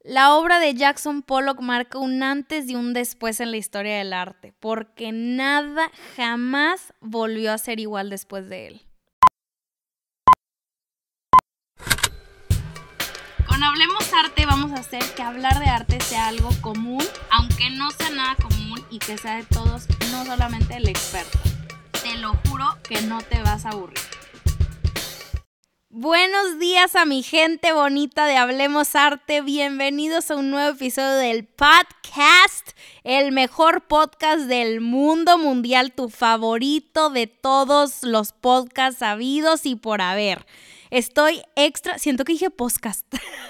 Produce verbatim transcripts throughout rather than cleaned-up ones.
La obra de Jackson Pollock marca un antes y un después en la historia del arte, porque nada jamás volvió a ser igual después de él. Con Hablemos Arte vamos a hacer que hablar de arte sea algo común, aunque no sea nada común y que sea de todos, no solamente el experto. Te lo juro que no te vas a aburrir. Buenos días a mi gente bonita de Hablemos Arte, bienvenidos a un nuevo episodio del podcast, el mejor podcast del mundo mundial, tu favorito de todos los podcasts habidos y por haber. Estoy extra, siento que dije podcast.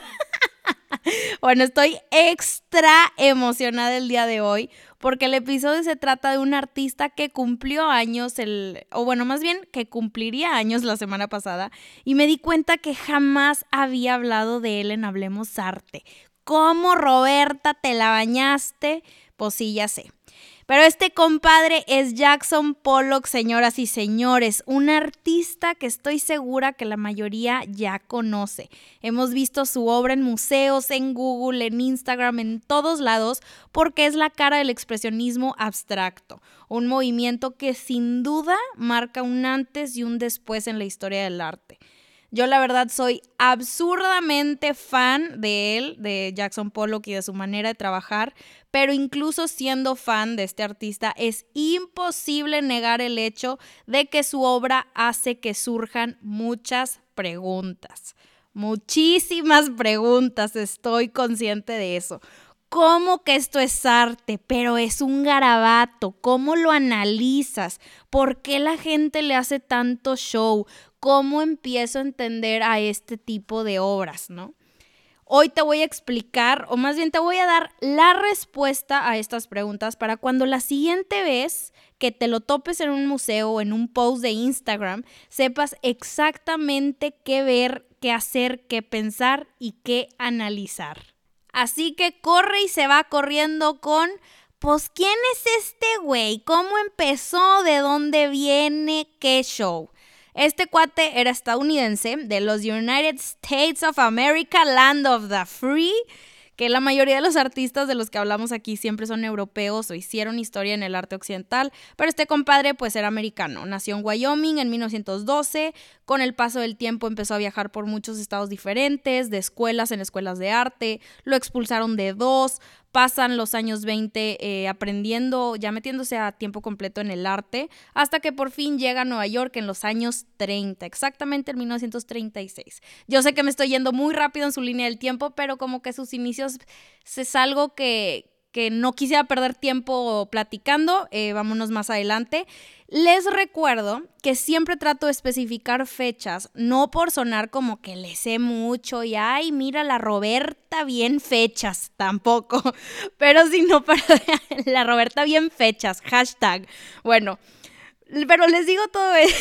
Bueno, estoy extra emocionada el día de hoy porque el episodio se trata de un artista que cumplió años, el, o bueno, más bien que cumpliría años la semana pasada y me di cuenta que jamás había hablado de él en Hablemos Arte. ¿Cómo, Roberta, te la bañaste? Pues sí, ya sé. Pero este compadre es Jackson Pollock, señoras y señores, un artista que estoy segura que la mayoría ya conoce. Hemos visto su obra en museos, en Google, en Instagram, en todos lados, porque es la cara del expresionismo abstracto, un movimiento que sin duda marca un antes y un después en la historia del arte. Yo la verdad soy absurdamente fan de él, de Jackson Pollock y de su manera de trabajar, pero incluso siendo fan de este artista es imposible negar el hecho de que su obra hace que surjan muchas preguntas. Muchísimas preguntas, estoy consciente de eso. ¿Cómo que esto es arte? Pero es un garabato. ¿Cómo lo analizas? ¿Por qué la gente le hace tanto show? ¿Cómo empiezo a entender a este tipo de obras, no? Hoy te voy a explicar, o más bien te voy a dar la respuesta a estas preguntas para cuando la siguiente vez que te lo topes en un museo o en un post de Instagram, sepas exactamente qué ver, qué hacer, qué pensar y qué analizar. Así que corre y se va corriendo con, pues, ¿quién es este güey? ¿Cómo empezó? ¿De dónde viene? ¿Qué show? Este cuate era estadounidense, de los United States of America, Land of the Free, que la mayoría de los artistas de los que hablamos aquí siempre son europeos o hicieron historia en el arte occidental, pero este compadre pues era americano. Nació en Wyoming en mil novecientos doce, con el paso del tiempo empezó a viajar por muchos estados diferentes, de escuelas en escuelas de arte, lo expulsaron de dos, pasan los años veinte eh, aprendiendo, ya metiéndose a tiempo completo en el arte, hasta que por fin llega a Nueva York en los años treinta, exactamente en mil novecientos treinta y seis. Yo sé que me estoy yendo muy rápido en su línea del tiempo, pero como que sus inicios es algo que, que no quisiera perder tiempo platicando, eh, vámonos más adelante. Les recuerdo que siempre trato de especificar fechas, no por sonar como que le sé mucho y ay, mira la Roberta bien fechas, tampoco, pero sino para la Roberta bien fechas, hashtag. Bueno, pero les digo todo eso.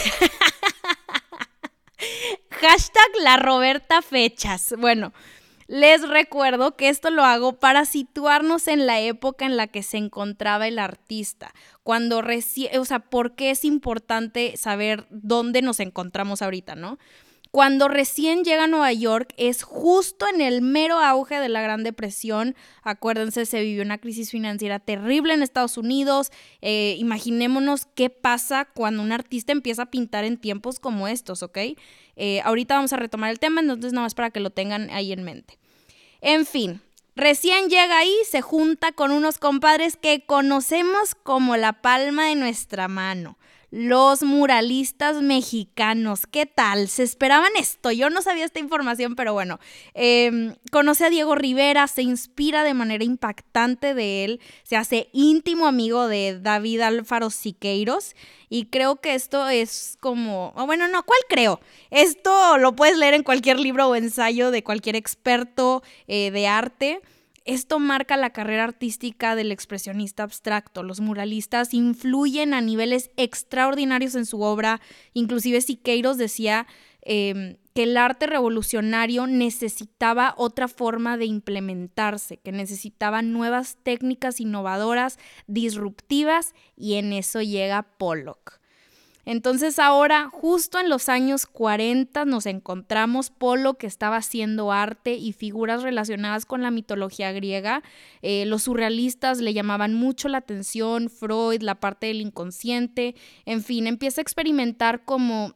Hashtag la Roberta fechas. Bueno, les recuerdo que esto lo hago para situarnos en la época en la que se encontraba el artista, cuando recién, o sea, por qué es importante saber dónde nos encontramos ahorita, ¿no? Cuando recién llega a Nueva York es justo en el mero auge de la Gran Depresión. Acuérdense, se vivió una crisis financiera terrible en Estados Unidos. Eh, imaginémonos qué pasa cuando un artista empieza a pintar en tiempos como estos, ¿ok? Eh, ahorita vamos a retomar el tema, entonces nada más para que lo tengan ahí en mente. En fin, recién llega ahí, se junta con unos compadres que conocemos como la palma de nuestra mano. Los muralistas mexicanos, ¿qué tal? ¿Se esperaban esto? Yo no sabía esta información, pero bueno, eh, conoce a Diego Rivera, se inspira de manera impactante de él, se hace íntimo amigo de David Alfaro Siqueiros y creo que esto es como, oh, bueno, no, ¿cuál creo? Esto lo puedes leer en cualquier libro o ensayo de cualquier experto eh, de arte. Esto marca la carrera artística del expresionista abstracto. Los muralistas influyen a niveles extraordinarios en su obra. Inclusive Siqueiros decía eh, que el arte revolucionario necesitaba otra forma de implementarse, que necesitaba nuevas técnicas innovadoras, disruptivas, y en eso llega Pollock. Entonces ahora, justo en los años cuarenta, nos encontramos Pollock, que estaba haciendo arte y figuras relacionadas con la mitología griega. Eh, los surrealistas le llamaban mucho la atención, Freud, la parte del inconsciente, en fin, empieza a experimentar como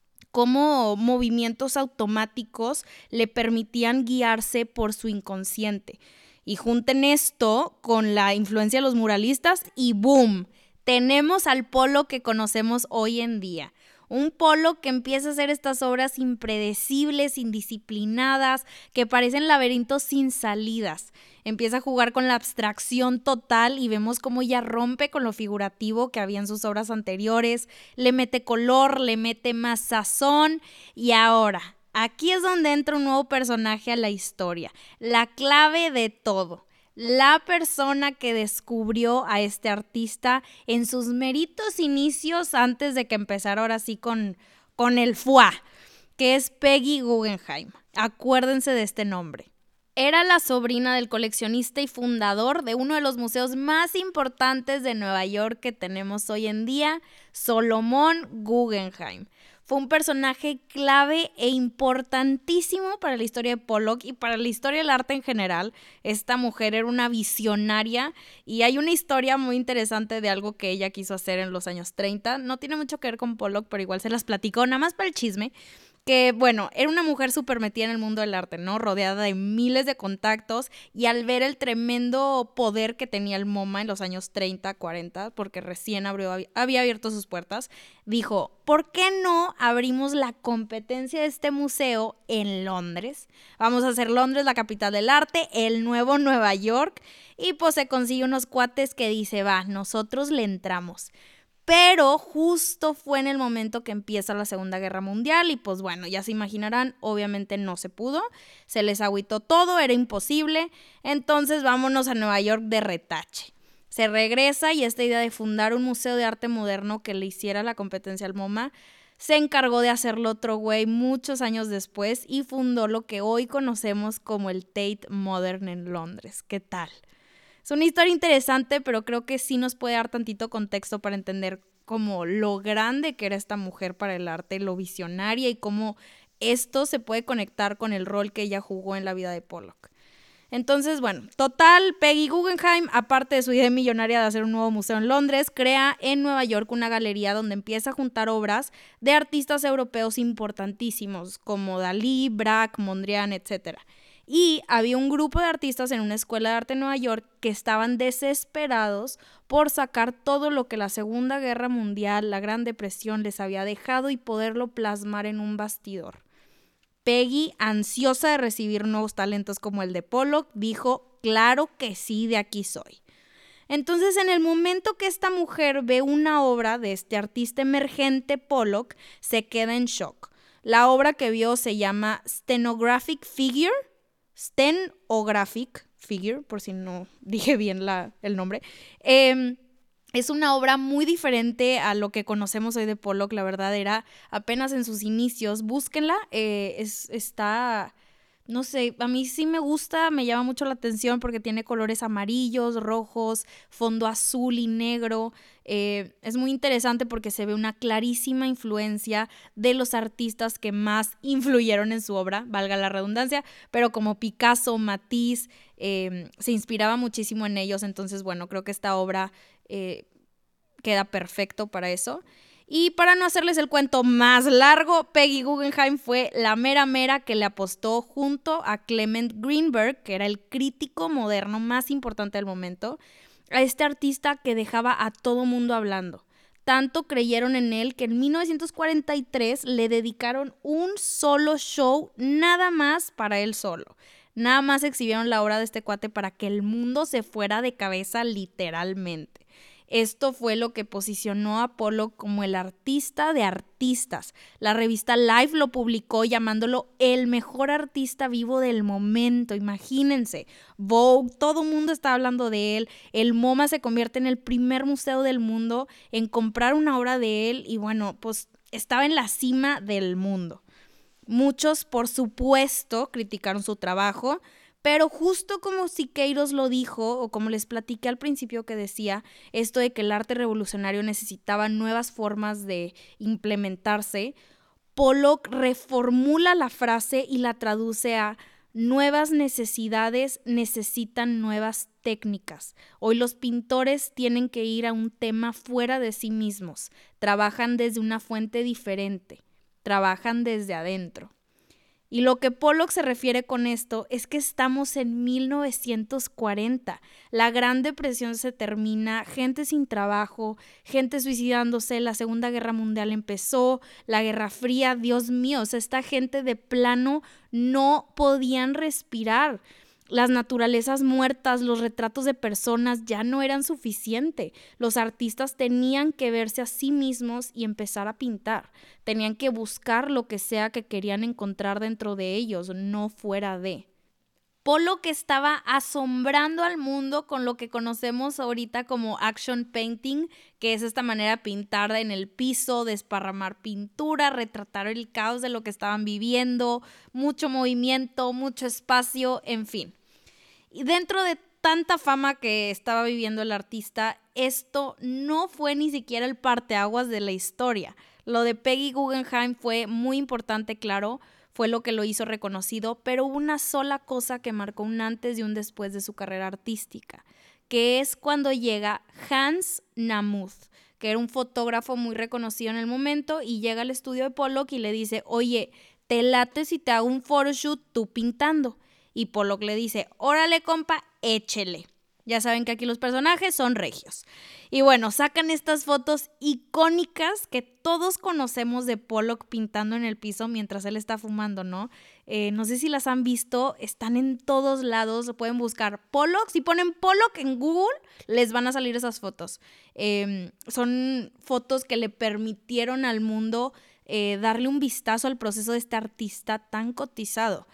cómo movimientos automáticos le permitían guiarse por su inconsciente. Y junten esto con la influencia de los muralistas y ¡boom! Tenemos al Pollock que conocemos hoy en día. Un Pollock que empieza a hacer estas obras impredecibles, indisciplinadas, que parecen laberintos sin salidas. Empieza a jugar con la abstracción total y vemos cómo ella rompe con lo figurativo que había en sus obras anteriores, le mete color, le mete más sazón y ahora, aquí es donde entra un nuevo personaje a la historia, la clave de todo. La persona que descubrió a este artista en sus meritos inicios antes de que empezara ahora sí con, con el fuá, que es Peggy Guggenheim. Acuérdense de este nombre. Era la sobrina del coleccionista y fundador de uno de los museos más importantes de Nueva York que tenemos hoy en día, Solomon Guggenheim. Fue un personaje clave e importantísimo para la historia de Pollock y para la historia del arte en general. Esta mujer era una visionaria y hay una historia muy interesante de algo que ella quiso hacer en los años treinta. No tiene mucho que ver con Pollock, pero igual se las platico, nada más para el chisme. Que, bueno, era una mujer súper metida en el mundo del arte, ¿no? Rodeada de miles de contactos y al ver el tremendo poder que tenía el MoMA en los años treinta, cuarenta, porque recién abrió, había abierto sus puertas, dijo, ¿por qué no abrimos la competencia de este museo en Londres? Vamos a hacer Londres la capital del arte, el nuevo Nueva York, y pues se consigue unos cuates que dice, va, nosotros le entramos. Pero justo fue en el momento que empieza la Segunda Guerra Mundial y pues bueno, ya se imaginarán, obviamente no se pudo, se les agüitó todo, era imposible, entonces vámonos a Nueva York de retache. Se regresa y esta idea de fundar un museo de arte moderno que le hiciera la competencia al MoMA, se encargó de hacerlo otro güey muchos años después y fundó lo que hoy conocemos como el Tate Modern en Londres. ¿Qué tal? Es una historia interesante, pero creo que sí nos puede dar tantito contexto para entender como lo grande que era esta mujer para el arte, lo visionaria y cómo esto se puede conectar con el rol que ella jugó en la vida de Pollock. Entonces, bueno, total, Peggy Guggenheim, aparte de su idea millonaria de hacer un nuevo museo en Londres, crea en Nueva York una galería donde empieza a juntar obras de artistas europeos importantísimos como Dalí, Braque, Mondrian, etcétera. Y había un grupo de artistas en una escuela de arte en Nueva York que estaban desesperados por sacar todo lo que la Segunda Guerra Mundial, la Gran Depresión les había dejado y poderlo plasmar en un bastidor. Peggy, ansiosa de recibir nuevos talentos como el de Pollock, dijo, claro que sí, de aquí soy. Entonces, en el momento que esta mujer ve una obra de este artista emergente Pollock, se queda en shock. La obra que vio se llama Stenographic Figure, Stenographic Figure, por si no dije bien la, el nombre. Eh, es una obra muy diferente a lo que conocemos hoy de Pollock, la verdad era apenas en sus inicios. Búsquenla, eh, es, está, no sé, a mí sí me gusta, me llama mucho la atención porque tiene colores amarillos, rojos, fondo azul y negro. Eh, es muy interesante porque se ve una clarísima influencia de los artistas que más influyeron en su obra, valga la redundancia, pero como Picasso, Matisse, eh, se inspiraba muchísimo en ellos, entonces bueno, creo que esta obra eh, queda perfecto para eso. Y para no hacerles el cuento más largo, Peggy Guggenheim fue la mera mera que le apostó junto a Clement Greenberg, que era el crítico moderno más importante del momento, a este artista que dejaba a todo mundo hablando. Tanto creyeron en él que en mil novecientos cuarenta y tres le dedicaron un solo show nada más para él solo. Nada más exhibieron la obra de este cuate para que el mundo se fuera de cabeza literalmente. Esto fue lo que posicionó a Pollock como el artista de artistas. La revista Life lo publicó llamándolo el mejor artista vivo del momento. Imagínense, Vogue, todo el mundo está hablando de él. El MoMA se convierte en el primer museo del mundo en comprar una obra de él y bueno, pues estaba en la cima del mundo. Muchos, por supuesto, criticaron su trabajo, Pero justo como Siqueiros lo dijo, o como les platiqué al principio que decía, esto de que el arte revolucionario necesitaba nuevas formas de implementarse, Pollock reformula la frase y la traduce a nuevas necesidades necesitan nuevas técnicas. Hoy los pintores tienen que ir a un tema fuera de sí mismos, trabajan desde una fuente diferente, trabajan desde adentro. Y lo que Pollock se refiere con esto es que estamos en mil novecientos cuarenta. La Gran Depresión se termina, gente sin trabajo, gente suicidándose, la Segunda Guerra Mundial empezó, la Guerra Fría, Dios mío, o sea, esta gente de plano no podían respirar. Las naturalezas muertas, los retratos de personas ya no eran suficiente. Los artistas tenían que verse a sí mismos y empezar a pintar. Tenían que buscar lo que sea que querían encontrar dentro de ellos, no fuera de. Pollock estaba asombrando al mundo con lo que conocemos ahorita como action painting, que es esta manera de pintar en el piso, desparramar pintura, retratar el caos de lo que estaban viviendo, mucho movimiento, mucho espacio, en fin. Y dentro de tanta fama que estaba viviendo el artista, esto no fue ni siquiera el parteaguas de la historia. Lo de Peggy Guggenheim fue muy importante, claro, fue lo que lo hizo reconocido, pero hubo una sola cosa que marcó un antes y un después de su carrera artística, que es cuando llega Hans Namuth, que era un fotógrafo muy reconocido en el momento, y llega al estudio de Pollock y le dice, oye, ¿te late si te hago un photoshoot tú pintando? Y Pollock le dice, órale compa, échele. Ya saben que aquí los personajes son regios. Y bueno, sacan estas fotos icónicas que todos conocemos de Pollock pintando en el piso mientras él está fumando, ¿no? Eh, no sé si las han visto, están en todos lados, pueden buscar Pollock. Si ponen Pollock en Google, les van a salir esas fotos. Eh, son fotos que le permitieron al mundo eh, darle un vistazo al proceso de este artista tan cotizado.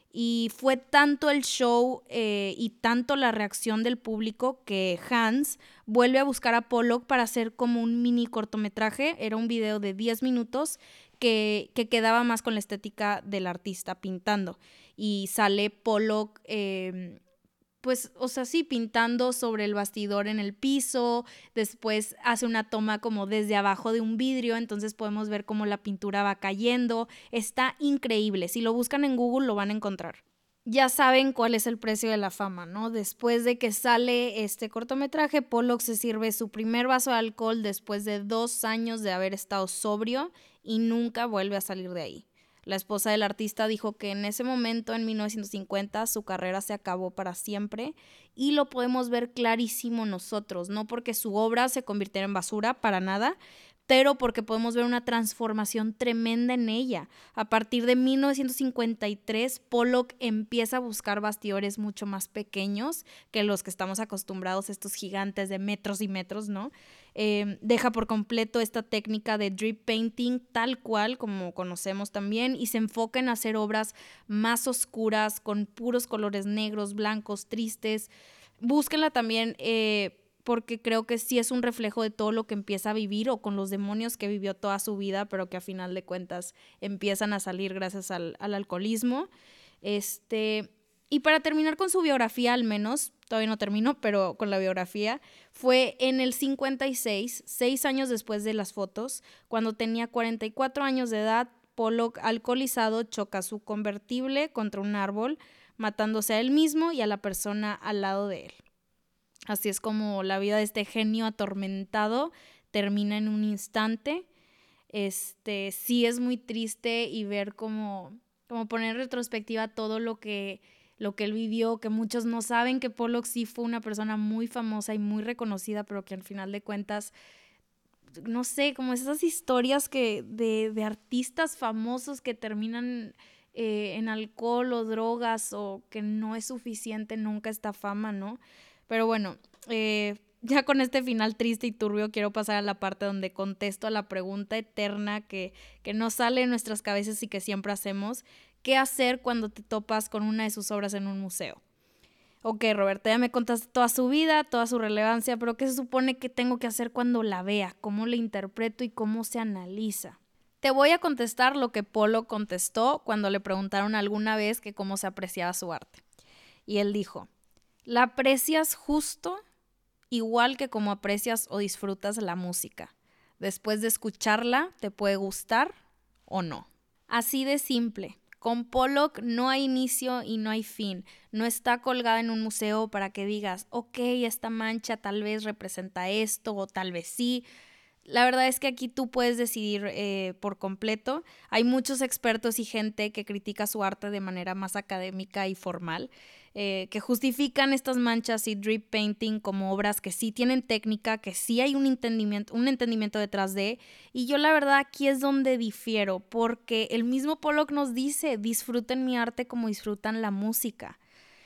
Y fue tanto el show eh, y tanto la reacción del público que Hans vuelve a buscar a Pollock para hacer como un mini cortometraje. Era un video de diez minutos que, que quedaba más con la estética del artista pintando. Y sale Pollock, eh, pues, o sea, sí, pintando sobre el bastidor en el piso. Después hace una toma como desde abajo de un vidrio, entonces podemos ver cómo la pintura va cayendo. Está increíble. Si lo buscan en Google lo van a encontrar. Ya saben cuál es el precio de la fama, ¿no? Después de que sale este cortometraje, Pollock se sirve su primer vaso de alcohol después de dos años de haber estado sobrio y nunca vuelve a salir de ahí. La esposa del artista dijo que en ese momento, en mil novecientos cincuenta, su carrera se acabó para siempre y lo podemos ver clarísimo nosotros, no porque su obra se convirtiera en basura, para nada, pero porque podemos ver una transformación tremenda en ella. A partir de mil novecientos cincuenta y tres, Pollock empieza a buscar bastidores mucho más pequeños que los que estamos acostumbrados, estos gigantes de metros y metros, ¿no? Eh, deja por completo esta técnica de drip painting tal cual como conocemos también y se enfoca en hacer obras más oscuras, con puros colores negros, blancos, tristes. Búsquenla también, eh, porque creo que sí es un reflejo de todo lo que empieza a vivir o con los demonios que vivió toda su vida, pero que a final de cuentas empiezan a salir gracias al, al alcoholismo. Este, y para terminar con su biografía, al menos, todavía no termino, pero con la biografía, fue en el cincuenta y seis, seis años después de las fotos, cuando tenía cuarenta y cuatro años de edad, Pollock, alcoholizado, choca su convertible contra un árbol, matándose a él mismo y a la persona al lado de él. Así es como la vida de este genio atormentado termina en un instante. Este, sí es muy triste y ver cómo, cómo poner en retrospectiva todo lo que, lo que él vivió, que muchos no saben que Pollock sí fue una persona muy famosa y muy reconocida, pero que al final de cuentas, no sé, como esas historias que de, de artistas famosos que terminan eh, en alcohol o drogas o que no es suficiente nunca esta fama, ¿no? Pero bueno, eh, ya con este final triste y turbio quiero pasar a la parte donde contesto a la pregunta eterna que, que no sale en nuestras cabezas y que siempre hacemos. ¿Qué hacer cuando te topas con una de sus obras en un museo? Ok, Roberta, ya me contaste toda su vida, toda su relevancia, pero ¿qué se supone que tengo que hacer cuando la vea? ¿Cómo la interpreto y cómo se analiza? Te voy a contestar lo que Pollock contestó cuando le preguntaron alguna vez que cómo se apreciaba su arte. Y él dijo, la aprecias justo igual que como aprecias o disfrutas la música. Después de escucharla, te puede gustar o no. Así de simple. Con Pollock no hay inicio y no hay fin. No está colgada en un museo para que digas, ok, esta mancha tal vez representa esto o tal vez sí. La verdad es que aquí tú puedes decidir eh, por completo. Hay muchos expertos y gente que critica su arte de manera más académica y formal, eh, que justifican estas manchas y drip painting como obras que sí tienen técnica, que sí hay un entendimiento, un entendimiento detrás de. Y yo la verdad aquí es donde difiero, porque el mismo Pollock nos dice, disfruten mi arte como disfrutan la música.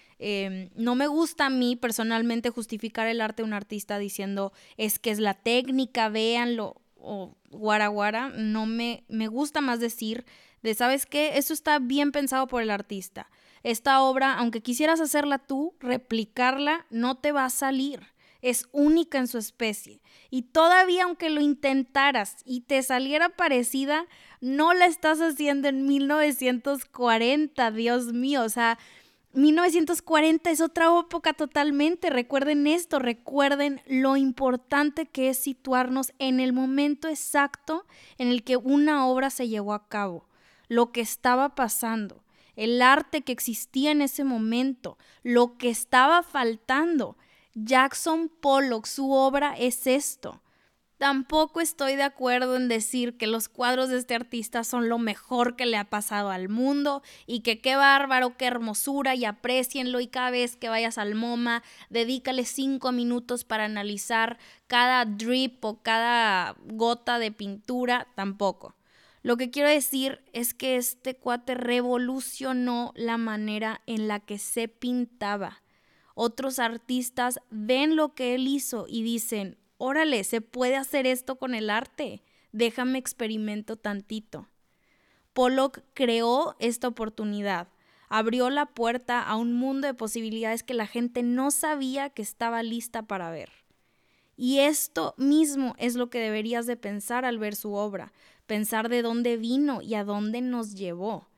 Eh, no me gusta a mí personalmente justificar el arte de un artista diciendo es que es la técnica, véanlo, o guara guara. No me, me gusta más decir de, ¿sabes qué? Eso está bien pensado por el artista. Esta obra, aunque quisieras hacerla tú, replicarla, no te va a salir. Es única en su especie. Y todavía aunque lo intentaras y te saliera parecida, no la estás haciendo en mil novecientos cuarenta, Dios mío, o sea, mil novecientos cuarenta es otra época totalmente. Recuerden esto, recuerden lo importante que es situarnos en el momento exacto en el que una obra se llevó a cabo, lo que estaba pasando, el arte que existía en ese momento, lo que estaba faltando. Jackson Pollock, su obra es esto. Tampoco estoy de acuerdo en decir que los cuadros de este artista son lo mejor que le ha pasado al mundo y que qué bárbaro, qué hermosura y aprécienlo y cada vez que vayas al MoMA, dedícale cinco minutos para analizar cada drip o cada gota de pintura, tampoco. Lo que quiero decir es que este cuate revolucionó la manera en la que se pintaba. Otros artistas ven lo que él hizo y dicen, órale, se puede hacer esto con el arte, déjame experimento tantito. Pollock creó esta oportunidad, abrió la puerta a un mundo de posibilidades que la gente no sabía que estaba lista para ver. Y esto mismo es lo que deberías de pensar al ver su obra, pensar de dónde vino y a dónde nos llevó.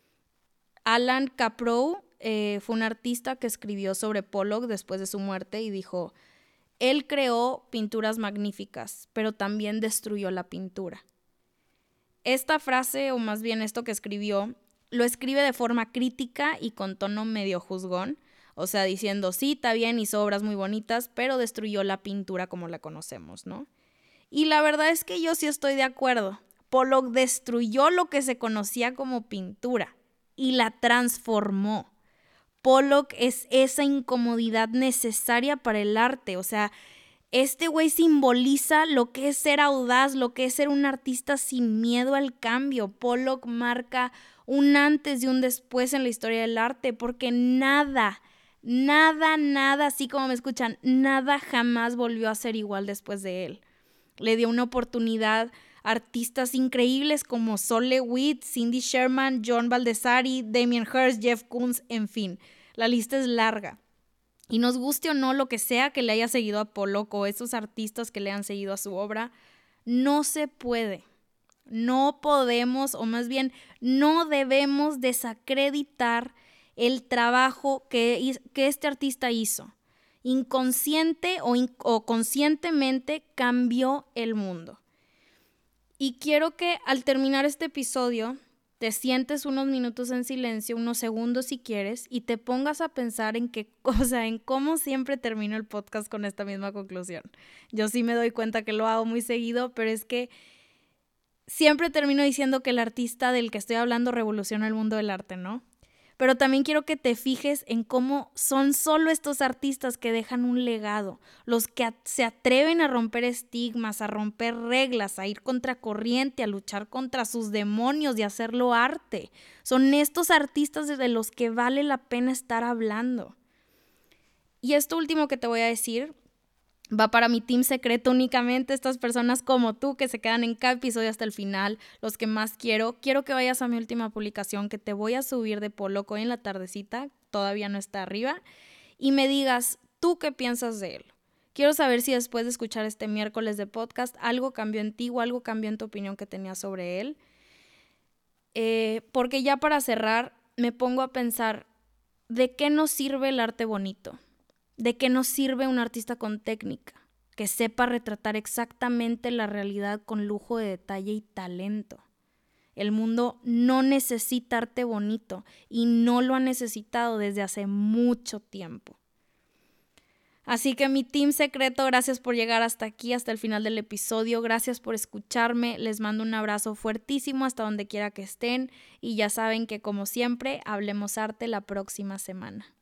Alan Caprow eh, fue un artista que escribió sobre Pollock después de su muerte y dijo, él creó pinturas magníficas, pero también destruyó la pintura. Esta frase, o más bien esto que escribió, lo escribe de forma crítica y con tono medio juzgón, o sea, diciendo, sí, está bien, hizo obras muy bonitas, pero destruyó la pintura como la conocemos, ¿no? Y la verdad es que yo sí estoy de acuerdo. Pollock destruyó lo que se conocía como pintura y la transformó. Pollock es esa incomodidad necesaria para el arte, o sea, este güey simboliza lo que es ser audaz, lo que es ser un artista sin miedo al cambio. Pollock marca un antes y un después en la historia del arte, porque nada, nada, nada, así como me escuchan, nada jamás volvió a ser igual después de él. Le dio una oportunidad a artistas increíbles como Sol LeWitt, Cindy Sherman, John Baldessari, Damien Hirst, Jeff Koons, en fin, la lista es larga. Y nos guste o no lo que sea que le haya seguido a Pollock o esos artistas que le han seguido a su obra, no se puede. No podemos, o más bien, no debemos desacreditar el trabajo que, que este artista hizo. Inconsciente o, in, o conscientemente cambió el mundo. Y quiero que al terminar este episodio te sientes unos minutos en silencio, unos segundos si quieres, y te pongas a pensar en qué cosa, en cómo siempre termino el podcast con esta misma conclusión. Yo sí me doy cuenta que lo hago muy seguido, pero es que siempre termino diciendo que el artista del que estoy hablando revoluciona el mundo del arte, ¿no? Pero también quiero que te fijes en cómo son solo estos artistas que dejan un legado, los que a- se atreven a romper estigmas, a romper reglas, a ir contracorriente, a luchar contra sus demonios y hacerlo arte. Son estos artistas de los que vale la pena estar hablando. Y esto último que te voy a decir va para mi team secreto únicamente, estas personas como tú que se quedan en cada episodio hasta el final, los que más quiero. Quiero que vayas a mi última publicación que te voy a subir de Pollock hoy en la tardecita, todavía no está arriba, y me digas, ¿tú qué piensas de él? Quiero saber si después de escuchar este miércoles de podcast algo cambió en ti o algo cambió en tu opinión que tenías sobre él. Eh, porque ya para cerrar me pongo a pensar, ¿de qué nos sirve el arte bonito? ¿De qué nos sirve un artista con técnica? Que sepa retratar exactamente la realidad con lujo de detalle y talento. El mundo no necesita arte bonito y no lo ha necesitado desde hace mucho tiempo. Así que mi team secreto, gracias por llegar hasta aquí, hasta el final del episodio. Gracias por escucharme. Les mando un abrazo fuertísimo hasta donde quiera que estén. Y ya saben que, como siempre, hablemos arte la próxima semana.